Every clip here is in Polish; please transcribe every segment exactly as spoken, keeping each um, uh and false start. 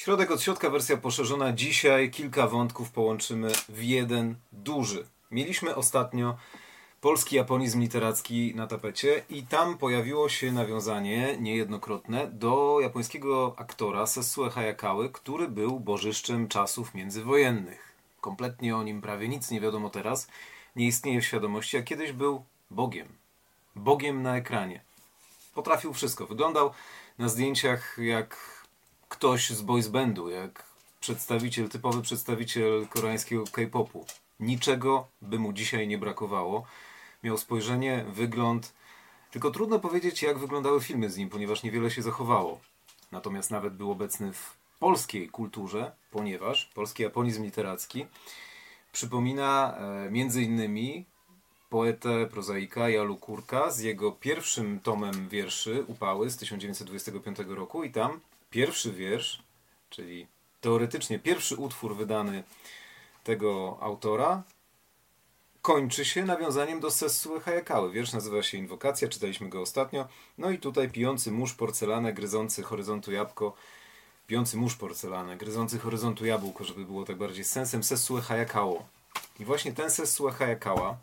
Środek od środka, wersja poszerzona. Dzisiaj kilka wątków połączymy w jeden duży. Mieliśmy ostatnio polski japonizm literacki na tapecie i tam pojawiło się nawiązanie niejednokrotne do japońskiego aktora Sessue Hayakały, który był bożyszczem czasów międzywojennych. Kompletnie o nim prawie nic nie wiadomo teraz. Nie istnieje w świadomości, a kiedyś był Bogiem. Bogiem na ekranie. Potrafił wszystko. Wyglądał na zdjęciach jak ktoś z boys bandu, jak przedstawiciel, typowy przedstawiciel koreańskiego K-popu. Niczego by mu dzisiaj nie brakowało. Miał spojrzenie, wygląd. Tylko trudno powiedzieć, jak wyglądały filmy z nim, ponieważ niewiele się zachowało. Natomiast nawet był obecny w polskiej kulturze, ponieważ polski japonizm literacki przypomina e, między innymi poetę, prozaika Jalu Kurka z jego pierwszym tomem wierszy Upały z tysiąc dziewięćset dwudziestego piątego roku i tam pierwszy wiersz, czyli teoretycznie pierwszy utwór wydany tego autora, kończy się nawiązaniem do Sessue Hayakały. Wiersz nazywa się Inwokacja, czytaliśmy go ostatnio. No i tutaj pijący mórz porcelanę, gryzący horyzontu jabłko, pijący mórz porcelanę, gryzący horyzontu jabłko, żeby było tak bardziej z sensem, Sessue Hayakało. I właśnie ten Sessue Hayakawa,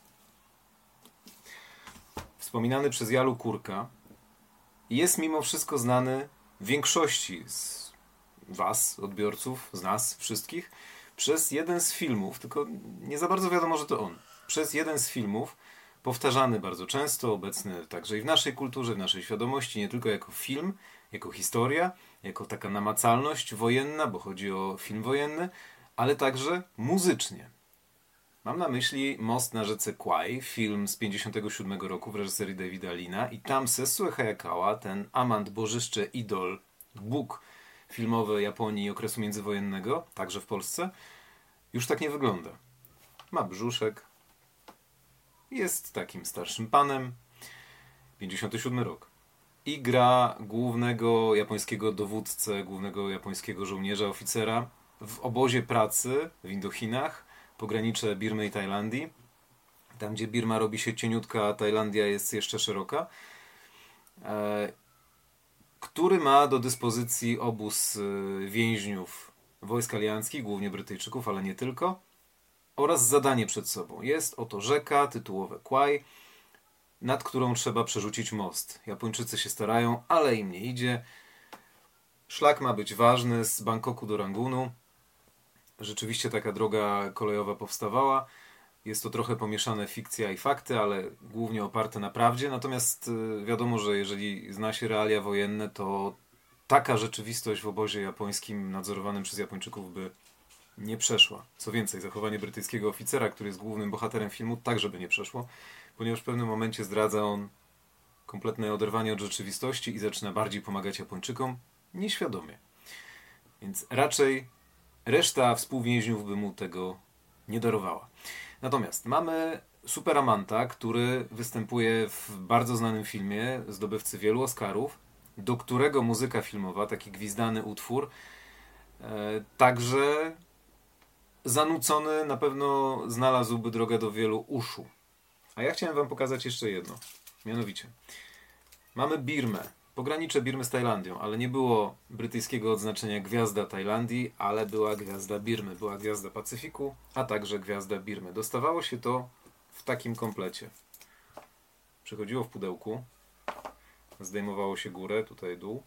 wspominany przez Jalu Kurka, jest mimo wszystko znany większości z was, odbiorców, z nas wszystkich, przez jeden z filmów, tylko nie za bardzo wiadomo, że to on. Przez jeden z filmów, powtarzany bardzo często, obecny także i w naszej kulturze, w naszej świadomości, nie tylko jako film, jako historia, jako taka namacalność wojenna, bo chodzi o film wojenny, ale także muzycznie. Mam na myśli Most na rzece Kwai, film z pięćdziesiątego siódmego roku w reżyserii Davida Lina i tam Sessue Hayakawa, ten amant, bożyszcze, idol, bóg filmowy Japonii i okresu międzywojennego, także w Polsce, już tak nie wygląda. Ma brzuszek, jest takim starszym panem, pięćdziesiąty siódmy rok. I gra głównego japońskiego dowódcę, głównego japońskiego żołnierza, oficera w obozie pracy w Indochinach, pogranicze Birmy i Tajlandii. Tam, gdzie Birma robi się cieniutka, a Tajlandia jest jeszcze szeroka. E, który ma do dyspozycji obóz więźniów wojsk alianckich, głównie Brytyjczyków, ale nie tylko, oraz zadanie przed sobą. Jest oto rzeka, tytułowe Kwai, nad którą trzeba przerzucić most. Japończycy się starają, ale im nie idzie. Szlak ma być ważny z Bangkoku do Rangunu. Rzeczywiście taka droga kolejowa powstawała. Jest to trochę pomieszane fikcja i fakty, ale głównie oparte na prawdzie. Natomiast wiadomo, że jeżeli zna się realia wojenne, to taka rzeczywistość w obozie japońskim nadzorowanym przez Japończyków by nie przeszła. Co więcej, zachowanie brytyjskiego oficera, który jest głównym bohaterem filmu, także by nie przeszło, ponieważ w pewnym momencie zdradza on kompletne oderwanie od rzeczywistości i zaczyna bardziej pomagać Japończykom nieświadomie. Więc raczej reszta współwięźniów by mu tego nie darowała. Natomiast mamy Superamanta, który występuje w bardzo znanym filmie, zdobywcy wielu Oscarów, do którego muzyka filmowa, taki gwizdany utwór, e, także zanucony na pewno znalazłby drogę do wielu uszu. A ja chciałem wam pokazać jeszcze jedno. Mianowicie, mamy Birmę, pogranicze Birmy z Tajlandią, ale nie było brytyjskiego odznaczenia Gwiazda Tajlandii, ale była Gwiazda Birmy, była Gwiazda Pacyfiku, a także Gwiazda Birmy. Dostawało się to w takim komplecie. Przychodziło w pudełku, zdejmowało się górę, tutaj dół.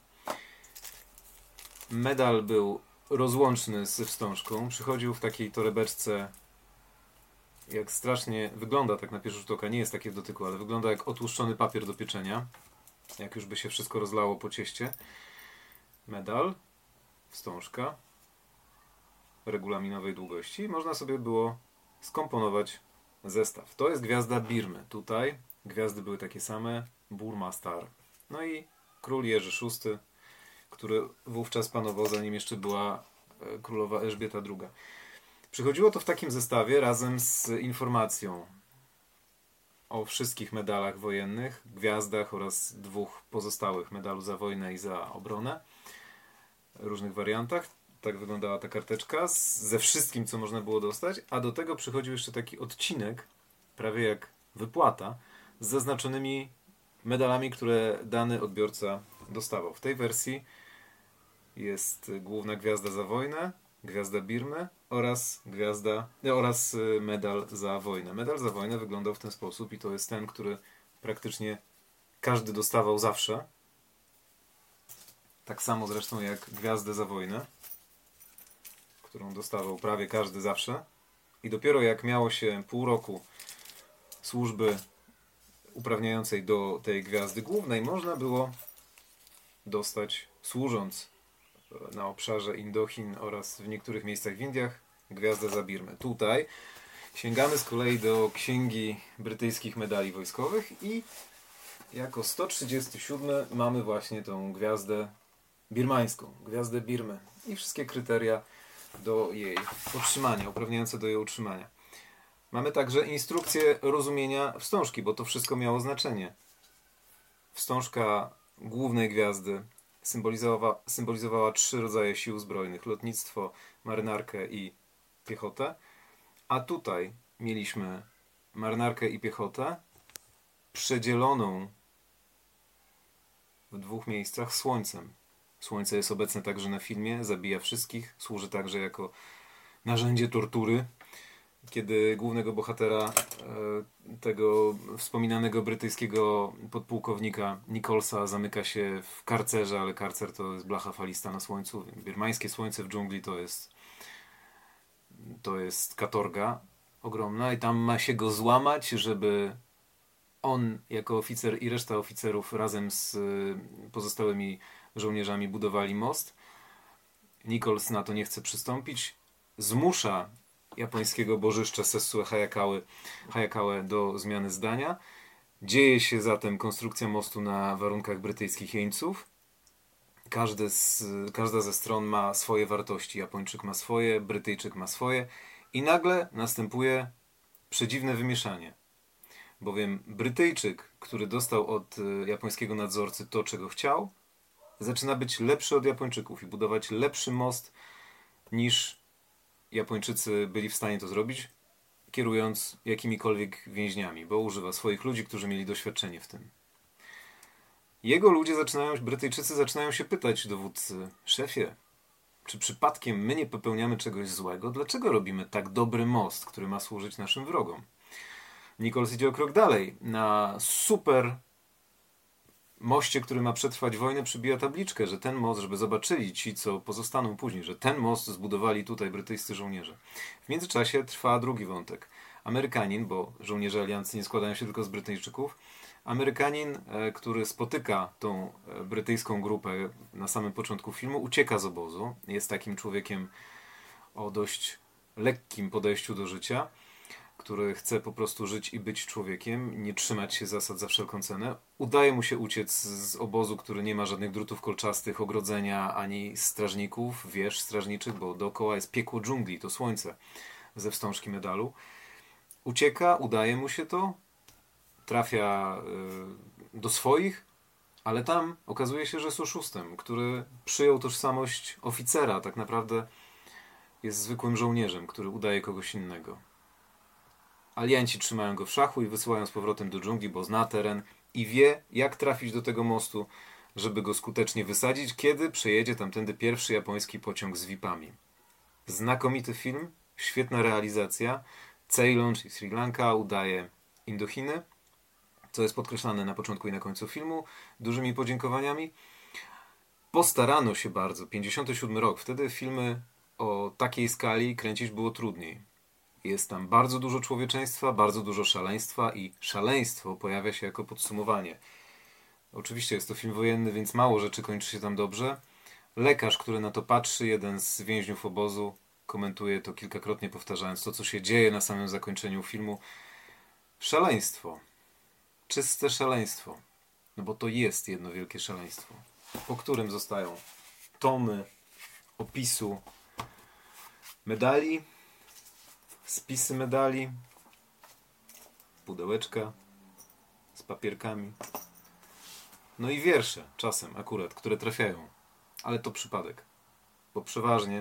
Medal był rozłączny z wstążką, przychodził w takiej torebeczce, jak strasznie wygląda tak na pierwszy rzut oka, nie jest takie w dotyku, ale wygląda jak otłuszczony papier do pieczenia. Jak już by się wszystko rozlało po cieście. Medal, wstążka regulaminowej długości. Można sobie było skomponować zestaw. To jest Gwiazda Birmy. Tutaj gwiazdy były takie same. Burma Star. No i król Jerzy szósty, który wówczas panował, zanim jeszcze była królowa Elżbieta druga. Przychodziło to w takim zestawie razem z informacją o wszystkich medalach wojennych, gwiazdach oraz dwóch pozostałych, medalu za wojnę i za obronę, w różnych wariantach. Tak wyglądała ta karteczka z, ze wszystkim, co można było dostać, a do tego przychodził jeszcze taki odcinek, prawie jak wypłata, z zaznaczonymi medalami, które dany odbiorca dostawał. W tej wersji jest główna gwiazda za wojnę, gwiazda Birmy oraz gwiazda, oraz medal za wojnę. Medal za wojnę wyglądał w ten sposób i to jest ten, który praktycznie każdy dostawał zawsze. Tak samo zresztą jak gwiazdę za wojnę, którą dostawał prawie każdy zawsze. I dopiero jak miało się pół roku służby uprawniającej do tej gwiazdy głównej, można było dostać, służąc na obszarze Indochin oraz w niektórych miejscach w Indiach, gwiazdę za Birmę. Tutaj sięgamy z kolei do Księgi Brytyjskich Medali Wojskowych i jako sto trzydziesty siódmy mamy właśnie tą gwiazdę birmańską, gwiazdę Birmy i wszystkie kryteria do jej otrzymania, uprawniające do jej utrzymania. Mamy także instrukcję rozumienia wstążki, bo to wszystko miało znaczenie. Wstążka głównej gwiazdy symbolizowała, symbolizowała trzy rodzaje sił zbrojnych: lotnictwo, marynarkę i piechotę. A tutaj mieliśmy marynarkę i piechotę przedzieloną w dwóch miejscach słońcem. Słońce jest obecne także na filmie, zabija wszystkich, służy także jako narzędzie tortury. Kiedy głównego bohatera, tego wspominanego brytyjskiego podpułkownika Nicholsa, zamyka się w karcerze, ale karcer to jest blacha falista na słońcu. Birmańskie słońce w dżungli to jest to jest katorga ogromna i tam ma się go złamać, żeby on jako oficer i reszta oficerów razem z pozostałymi żołnierzami budowali most. Nichols na to nie chce przystąpić. Zmusza japońskiego bożyszcza Sessue Hayakały, Hayakawe do zmiany zdania. Dzieje się zatem konstrukcja mostu na warunkach brytyjskich jeńców. Każdy z, każda ze stron ma swoje wartości. Japończyk ma swoje, Brytyjczyk ma swoje. I nagle następuje przedziwne wymieszanie. Bowiem Brytyjczyk, który dostał od japońskiego nadzorcy to, czego chciał, zaczyna być lepszy od Japończyków i budować lepszy most niż Japończycy byli w stanie to zrobić, kierując jakimikolwiek więźniami, bo używa swoich ludzi, którzy mieli doświadczenie w tym. Jego ludzie zaczynają, Brytyjczycy zaczynają się pytać dowódcy: szefie, czy przypadkiem my nie popełniamy czegoś złego? Dlaczego robimy tak dobry most, który ma służyć naszym wrogom? Nichols idzie o krok dalej. Na super moście, który ma przetrwać wojnę, przybija tabliczkę, że ten most, żeby zobaczyli ci, co pozostaną później, że ten most zbudowali tutaj brytyjscy żołnierze. W międzyczasie trwa drugi wątek. Amerykanin, bo żołnierze aliancji nie składają się tylko z Brytyjczyków, Amerykanin, który spotyka tą brytyjską grupę na samym początku filmu, ucieka z obozu. Jest takim człowiekiem o dość lekkim podejściu do życia, który chce po prostu żyć i być człowiekiem, nie trzymać się zasad za wszelką cenę. Udaje mu się uciec z obozu, który nie ma żadnych drutów kolczastych, ogrodzenia, ani strażników, wież strażniczych, bo dookoła jest piekło dżungli, to słońce ze wstążki medalu. Ucieka, udaje mu się to, trafia y, do swoich, ale tam okazuje się, że jest oszustem, który przyjął tożsamość oficera, tak naprawdę jest zwykłym żołnierzem, który udaje kogoś innego. Alianci trzymają go w szachu i wysyłają z powrotem do dżungli, bo zna teren i wie, jak trafić do tego mostu, żeby go skutecznie wysadzić, kiedy przejedzie tamtędy pierwszy japoński pociąg z V I P-ami. Znakomity film, świetna realizacja. Ceylon, czyli Sri Lanka, udaje Indochiny, co jest podkreślane na początku i na końcu filmu, dużymi podziękowaniami. Postarano się bardzo. pięćdziesiąty siódmy rok. Wtedy filmy o takiej skali kręcić było trudniej. Jest tam bardzo dużo człowieczeństwa, bardzo dużo szaleństwa i szaleństwo pojawia się jako podsumowanie. Oczywiście jest to film wojenny, więc mało rzeczy kończy się tam dobrze. Lekarz, który na to patrzy, jeden z więźniów obozu, komentuje to kilkakrotnie, powtarzając to, co się dzieje na samym zakończeniu filmu. Szaleństwo. Czyste szaleństwo. No bo to jest jedno wielkie szaleństwo, po którym zostają tomy opisu medali, spisy medali, pudełeczka z papierkami, no i wiersze czasem akurat, które trafiają. Ale to przypadek, bo przeważnie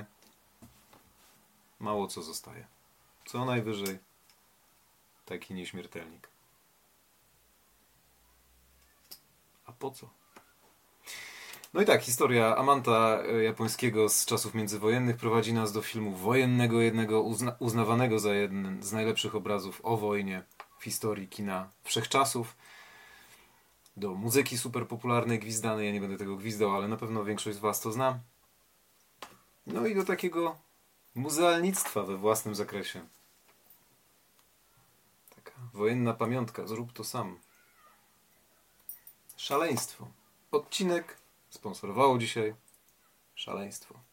mało co zostaje. Co najwyżej taki nieśmiertelnik. A po co? No i tak, historia Amanta e, japońskiego z czasów międzywojennych prowadzi nas do filmu wojennego, jednego uzna uznawanego za jeden z najlepszych obrazów o wojnie w historii kina wszechczasów. Do muzyki super popularnej, gwizdanej. Ja nie będę tego gwizdał, ale na pewno większość z was to zna. No i do takiego muzealnictwa we własnym zakresie. Taka wojenna pamiątka. Zrób to sam. Szaleństwo. Odcinek sponsorowało dzisiaj Szaleństwo.